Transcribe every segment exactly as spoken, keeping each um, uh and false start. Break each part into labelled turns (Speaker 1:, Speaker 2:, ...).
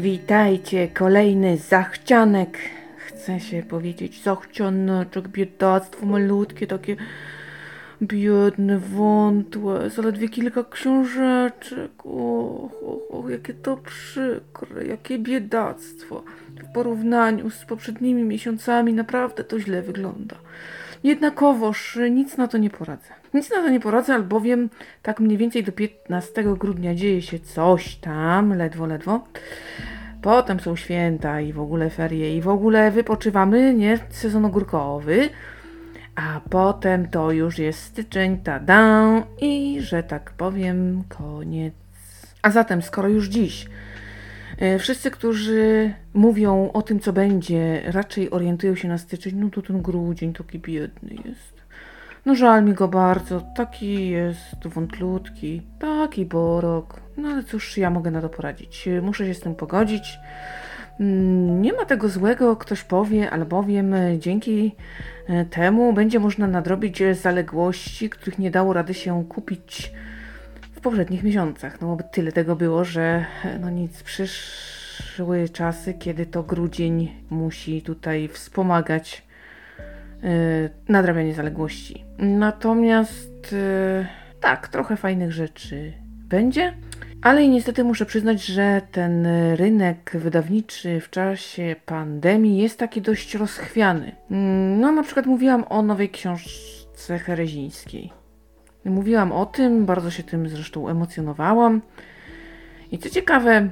Speaker 1: Witajcie, kolejny zachcianek. Chce się powiedzieć zachcianeczek, biedactwo malutkie, takie biedne, wątłe, zaledwie kilka książeczek. Och, och, och, jakie to przykre, jakie biedactwo. W porównaniu z poprzednimi miesiącami naprawdę to źle wygląda. Jednakowoż nic na to nie poradzę. Nic na to nie poradzę, albowiem tak mniej więcej do piętnastego grudnia dzieje się coś tam, ledwo, ledwo. Potem są święta i w ogóle ferie i w ogóle wypoczywamy, nie? Sezon ogórkowy. A potem to już jest styczeń, tada, i że tak powiem, koniec. A zatem, skoro już dziś wszyscy, którzy mówią o tym, co będzie, raczej orientują się na styczeń, no to ten grudzień taki biedny jest. No żal mi go bardzo, taki jest wątlutki, taki borok. No ale cóż ja mogę na to poradzić? Muszę się z tym pogodzić. Nie ma tego złego, ktoś powie, albowiem dzięki temu będzie można nadrobić zaległości, których nie dało rady się kupić w poprzednich miesiącach. No bo tyle tego było, że no nic, przyszły czasy, kiedy to grudzień musi tutaj wspomagać yy, nadrabianie zaległości. Natomiast yy, tak, trochę fajnych rzeczy będzie, ale i niestety muszę przyznać, że ten rynek wydawniczy w czasie pandemii jest taki dość rozchwiany. No na przykład mówiłam o nowej książce Herezińskiej. Mówiłam o tym, bardzo się tym zresztą emocjonowałam. I co ciekawe,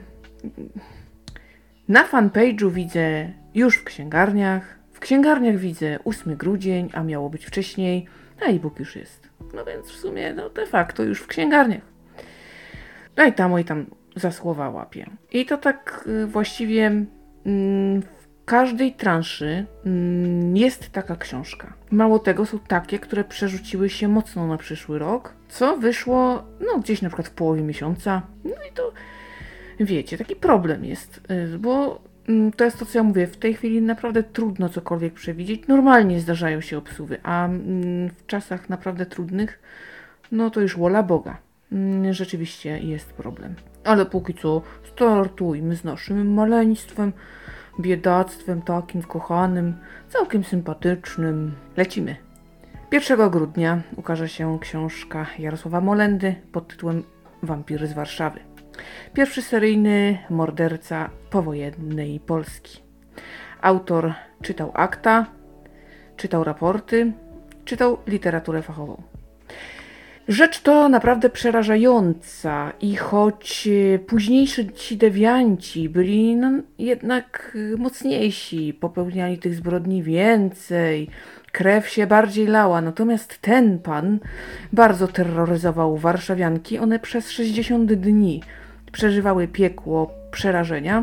Speaker 1: na fanpage'u widzę już w księgarniach, w księgarniach widzę ósmy grudzień, a miało być wcześniej, a e-book już jest. No więc w sumie no de facto już w księgarniach. No i tam, oj tam za słowa łapię. I to tak y, właściwie mm, w każdej transzy mm, jest taka książka. Mało tego, są takie, które przerzuciły się mocno na przyszły rok, co wyszło no gdzieś na przykład w połowie miesiąca. No i to wiecie, taki problem jest, y, bo y, to jest to, co ja mówię, w tej chwili naprawdę trudno cokolwiek przewidzieć. Normalnie zdarzają się obsuwy, a y, w czasach naprawdę trudnych, no to już wola Boga. Rzeczywiście jest problem. Ale póki co startujmy z naszym maleństwem, biedactwem takim kochanym, całkiem sympatycznym. Lecimy. pierwszego grudnia ukaże się książka Jarosława Molendy pod tytułem Wampir z Warszawy. Pierwszy seryjny morderca powojennej Polski. Autor czytał akta, czytał raporty, czytał literaturę fachową. Rzecz to naprawdę przerażająca i choć późniejsi ci dewianci byli no, jednak mocniejsi, popełniali tych zbrodni więcej, krew się bardziej lała, natomiast ten pan bardzo terroryzował warszawianki, one przez sześćdziesiąt dni przeżywały piekło przerażenia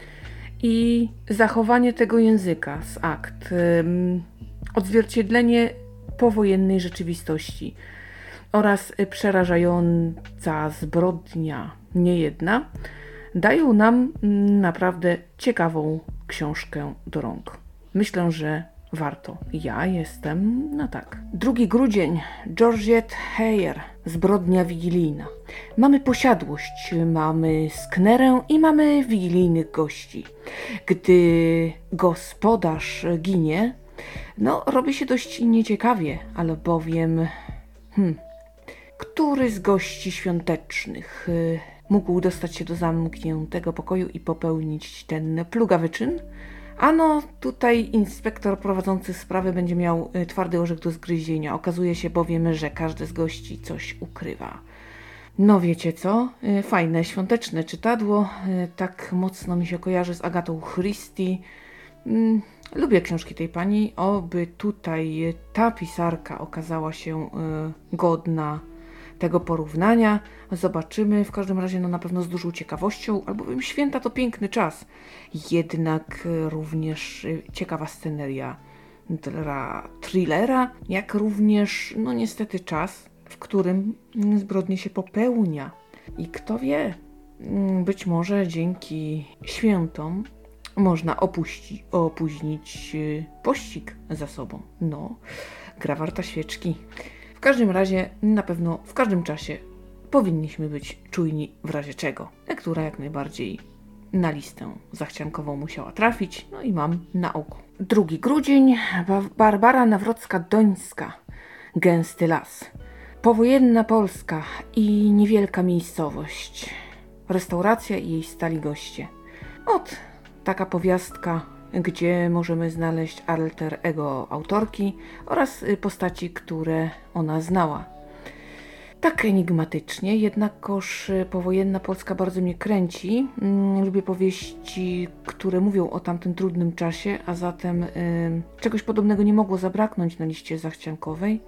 Speaker 1: i zachowanie tego języka z akt, odzwierciedlenie powojennej rzeczywistości oraz przerażająca zbrodnia niejedna dają nam naprawdę ciekawą książkę do rąk. Myślę, że warto. Ja jestem na tak. drugi grudzień. Georgette Heyer. Zbrodnia wigilijna. Mamy posiadłość, mamy sknerę i mamy wigilijnych gości. Gdy gospodarz ginie, no robi się dość nieciekawie, albowiem hmm, który z gości świątecznych y, mógł dostać się do zamkniętego pokoju i popełnić ten plugawy czyn? Ano tutaj inspektor prowadzący sprawę będzie miał y, twardy orzech do zgryzienia. Okazuje się bowiem, że każdy z gości coś ukrywa. No wiecie co? Y, fajne, świąteczne czytadło. Y, tak mocno mi się kojarzy z Agatą Christie. Y, Lubię książki tej pani, oby tutaj ta pisarka okazała się y, godna tego porównania. Zobaczymy, w każdym razie no na pewno z dużą ciekawością, albowiem święta to piękny czas. Jednak y, również y, ciekawa sceneria dla thrillera, jak również no niestety czas, w którym zbrodnie się popełnia. I kto wie, y, być może dzięki świętom można opuścić, opóźnić pościg za sobą. No, gra warta świeczki. W każdym razie, na pewno w każdym czasie powinniśmy być czujni w razie czego. Lektura jak najbardziej na listę zachciankową musiała trafić, no i mam na oku. drugi grudzień, Barbara Nawrocka-Dońska, Gęsty las. Powojenna Polska i niewielka miejscowość. Restauracja i jej stali goście. Ot, taka powiastka, gdzie możemy znaleźć alter ego autorki oraz postaci, które ona znała. Tak enigmatycznie, jednakoż powojenna Polska bardzo mnie kręci. Mm, lubię powieści, które mówią o tamtym trudnym czasie, a zatem y, czegoś podobnego nie mogło zabraknąć na liście zachciankowej.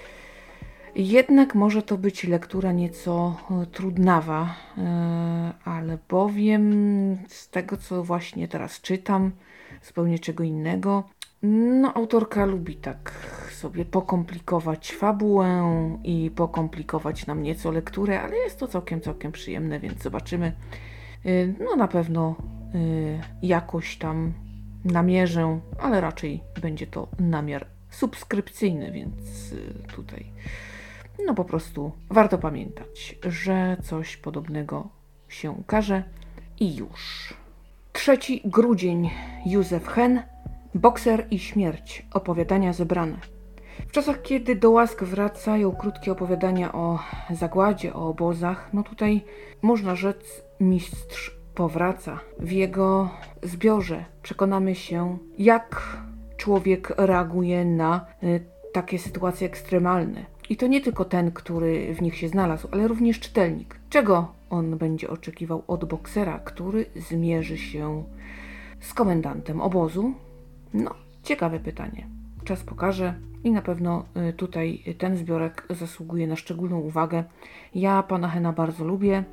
Speaker 1: Jednak może to być lektura nieco trudnawa, yy, ale bowiem z tego, co właśnie teraz czytam, zupełnie czego innego. No, autorka lubi tak sobie pokomplikować fabułę i pokomplikować nam nieco lekturę, ale jest to całkiem, całkiem przyjemne, więc zobaczymy. Yy, no na pewno yy, jakoś tam namierzę, ale raczej będzie to namiar subskrypcyjny, więc yy, tutaj... No po prostu warto pamiętać, że coś podobnego się ukaże i już. trzeci grudzień, Józef Hen, Bokser i śmierć, opowiadania zebrane. W czasach, kiedy do łask wracają krótkie opowiadania o zagładzie, o obozach, no tutaj można rzec, mistrz powraca. W jego zbiorze przekonamy się, jak człowiek reaguje na y, takie sytuacje ekstremalne. I to nie tylko ten, który w nich się znalazł, ale również czytelnik. Czego on będzie oczekiwał od boksera, który zmierzy się z komendantem obozu? No, ciekawe pytanie. Czas pokaże i na pewno tutaj ten zbiorek zasługuje na szczególną uwagę. Ja pana Hena bardzo lubię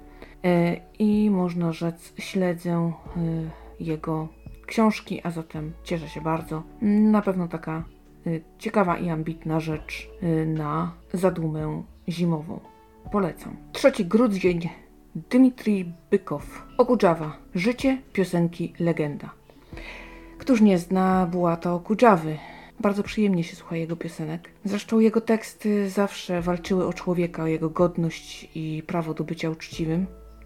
Speaker 1: i można rzec, śledzę jego książki, a zatem cieszę się bardzo. Na pewno taka ciekawa i ambitna rzecz na zadumę zimową. Polecam. trzeci grudzień, Dmitrij Bykow, Okudżawa, życie, piosenki, legenda. Któż nie zna Bułata Okudżawy? Bardzo przyjemnie się słucha jego piosenek. Zresztą jego teksty zawsze walczyły o człowieka, o jego godność i prawo do bycia uczciwym.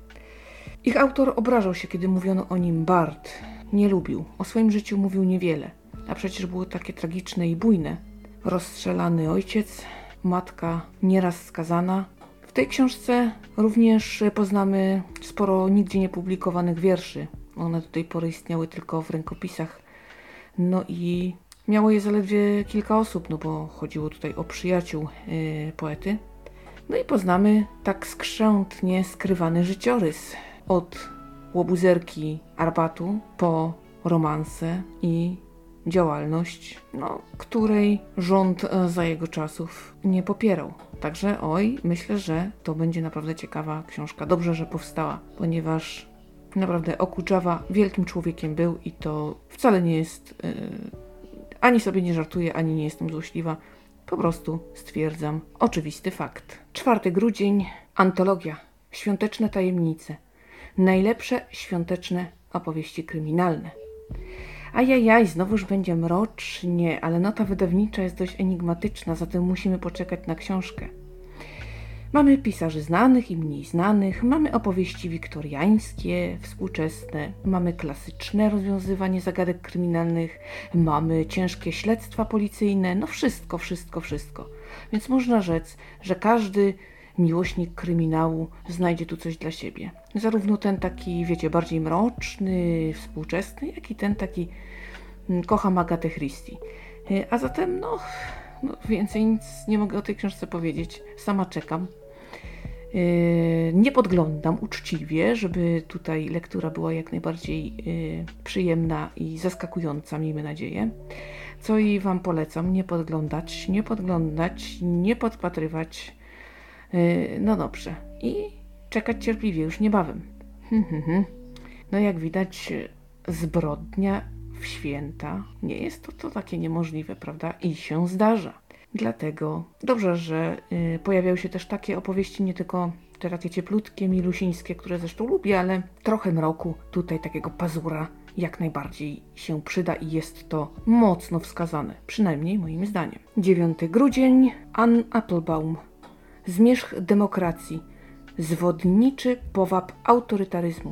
Speaker 1: Ich autor obrażał się, kiedy mówiono o nim bard. Nie lubił. O swoim życiu mówił niewiele. A przecież było takie tragiczne i bujne. Rozstrzelany ojciec, matka nieraz skazana. W tej książce również poznamy sporo nigdzie niepublikowanych wierszy. One do tej pory istniały tylko w rękopisach. No i miało je zaledwie kilka osób, no bo chodziło tutaj o przyjaciół yy, poety. No i poznamy tak skrzętnie skrywany życiorys. Od łobuzerki Arbatu po romanse i działalność, no, której rząd za jego czasów nie popierał. Także oj, myślę, że to będzie naprawdę ciekawa książka. Dobrze, że powstała, ponieważ naprawdę Okudżawa wielkim człowiekiem był i to wcale nie jest, yy, ani sobie nie żartuję, ani nie jestem złośliwa. Po prostu stwierdzam oczywisty fakt. czwarty grudzień, antologia, świąteczne tajemnice. Najlepsze świąteczne opowieści kryminalne. Ajajaj, znowuż będzie mrocznie, ale nota wydawnicza jest dość enigmatyczna, zatem musimy poczekać na książkę. Mamy pisarzy znanych i mniej znanych, mamy opowieści wiktoriańskie, współczesne, mamy klasyczne rozwiązywanie zagadek kryminalnych, mamy ciężkie śledztwa policyjne, no wszystko, wszystko, wszystko. Więc można rzec, że każdy miłośnik kryminału znajdzie tu coś dla siebie. Zarówno ten taki, wiecie, bardziej mroczny, współczesny, jak i ten taki kocham Agatę Christie. A zatem, no, no więcej nic nie mogę o tej książce powiedzieć. Sama czekam. Yy, nie podglądam uczciwie, żeby tutaj lektura była jak najbardziej yy, przyjemna i zaskakująca, miejmy nadzieję. Co i wam polecam, nie podglądać, nie podglądać, nie podpatrywać. Yy, no dobrze. I czekać cierpliwie już niebawem. No jak widać, zbrodnia w święta nie jest to, to takie niemożliwe, prawda? I się zdarza. Dlatego dobrze, że y, pojawiają się też takie opowieści, nie tylko te takie cieplutkie, milusińskie, które zresztą lubię, ale trochę mroku, tutaj takiego pazura jak najbardziej się przyda i jest to mocno wskazane, przynajmniej moim zdaniem. dziewiąty grudzień, Ann Applebaum. Zmierzch demokracji. Zwodniczy powab autorytaryzmu.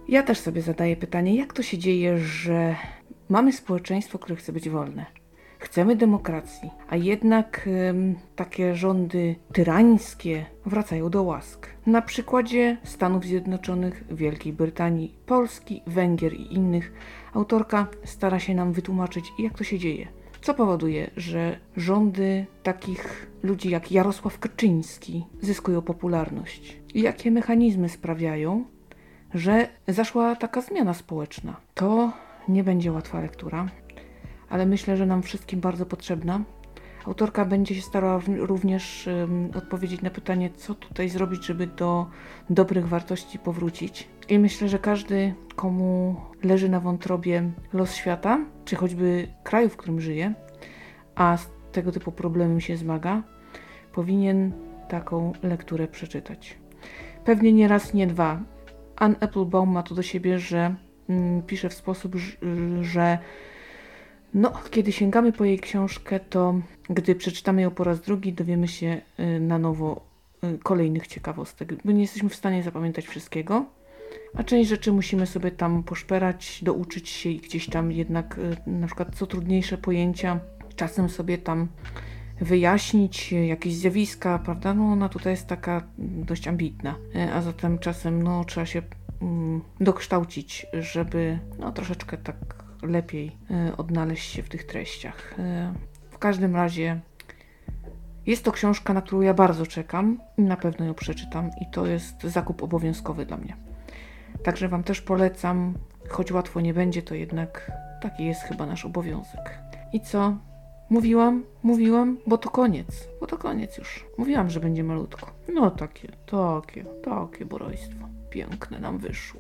Speaker 1: Ja też sobie zadaję pytanie, jak to się dzieje, że mamy społeczeństwo, które chce być wolne. Chcemy demokracji, a jednak ym, takie rządy tyrańskie wracają do łask. Na przykładzie Stanów Zjednoczonych, Wielkiej Brytanii, Polski, Węgier i innych autorka stara się nam wytłumaczyć, jak to się dzieje. Co powoduje, że rządy takich ludzi jak Jarosław Kaczyński zyskują popularność? I jakie mechanizmy sprawiają, że zaszła taka zmiana społeczna? To nie będzie łatwa lektura, ale myślę, że nam wszystkim bardzo potrzebna. Autorka będzie się starała również um, odpowiedzieć na pytanie, co tutaj zrobić, żeby do dobrych wartości powrócić. I myślę, że każdy, komu leży na wątrobie los świata, czy choćby kraju, w którym żyje, a z tego typu problemem się zmaga, powinien taką lekturę przeczytać. Pewnie nie raz, nie dwa. Ann Applebaum ma to do siebie, że mm, pisze w sposób, że no, kiedy sięgamy po jej książkę, to gdy przeczytamy ją po raz drugi, dowiemy się y, na nowo y, kolejnych ciekawostek, bo nie jesteśmy w stanie zapamiętać wszystkiego, a część rzeczy musimy sobie tam poszperać, douczyć się i gdzieś tam jednak y, na przykład co trudniejsze pojęcia czasem sobie tam wyjaśnić, jakieś zjawiska, prawda? No ona tutaj jest taka dość ambitna, y, a zatem czasem no trzeba się y, dokształcić, żeby no troszeczkę tak lepiej y, odnaleźć się w tych treściach. Y, w każdym razie jest to książka, na którą ja bardzo czekam i na pewno ją przeczytam i to jest zakup obowiązkowy dla mnie. Także Wam też polecam, choć łatwo nie będzie, to jednak taki jest chyba nasz obowiązek. I co? Mówiłam, mówiłam, bo to koniec, bo to koniec już. Mówiłam, że będzie malutko. No takie, takie, takie borojstwo. Piękne nam wyszło.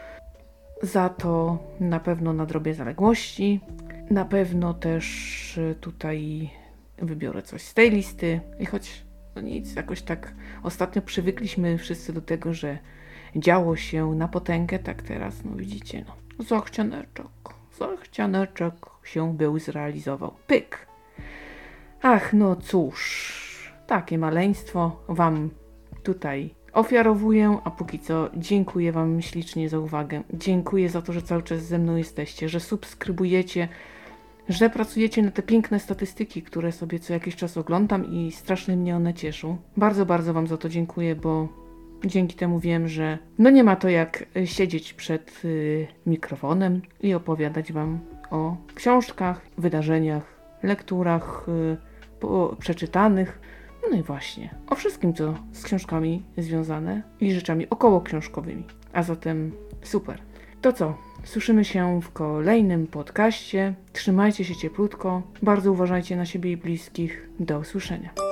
Speaker 1: Za to na pewno nadrobię zaległości, na pewno też tutaj wybiorę coś z tej listy i choć no nic, jakoś tak ostatnio przywykliśmy wszyscy do tego, że działo się na potęgę, tak teraz, no widzicie, no zachcianeczek, zachcianeczek się był zrealizował. Pyk! Ach, no cóż, takie maleństwo Wam tutaj ofiarowuję, a póki co dziękuję Wam ślicznie za uwagę. Dziękuję za to, że cały czas ze mną jesteście, że subskrybujecie, że pracujecie na te piękne statystyki, które sobie co jakiś czas oglądam i strasznie mnie one cieszą. Bardzo, bardzo Wam za to dziękuję, bo dzięki temu wiem, że no nie ma to jak siedzieć przed y, mikrofonem i opowiadać Wam o książkach, wydarzeniach, lekturach y, po, przeczytanych. No i właśnie, o wszystkim, co z książkami związane i rzeczami około książkowymi. A zatem super. To co? Słyszymy się w kolejnym podcaście. Trzymajcie się cieplutko. Bardzo uważajcie na siebie i bliskich. Do usłyszenia.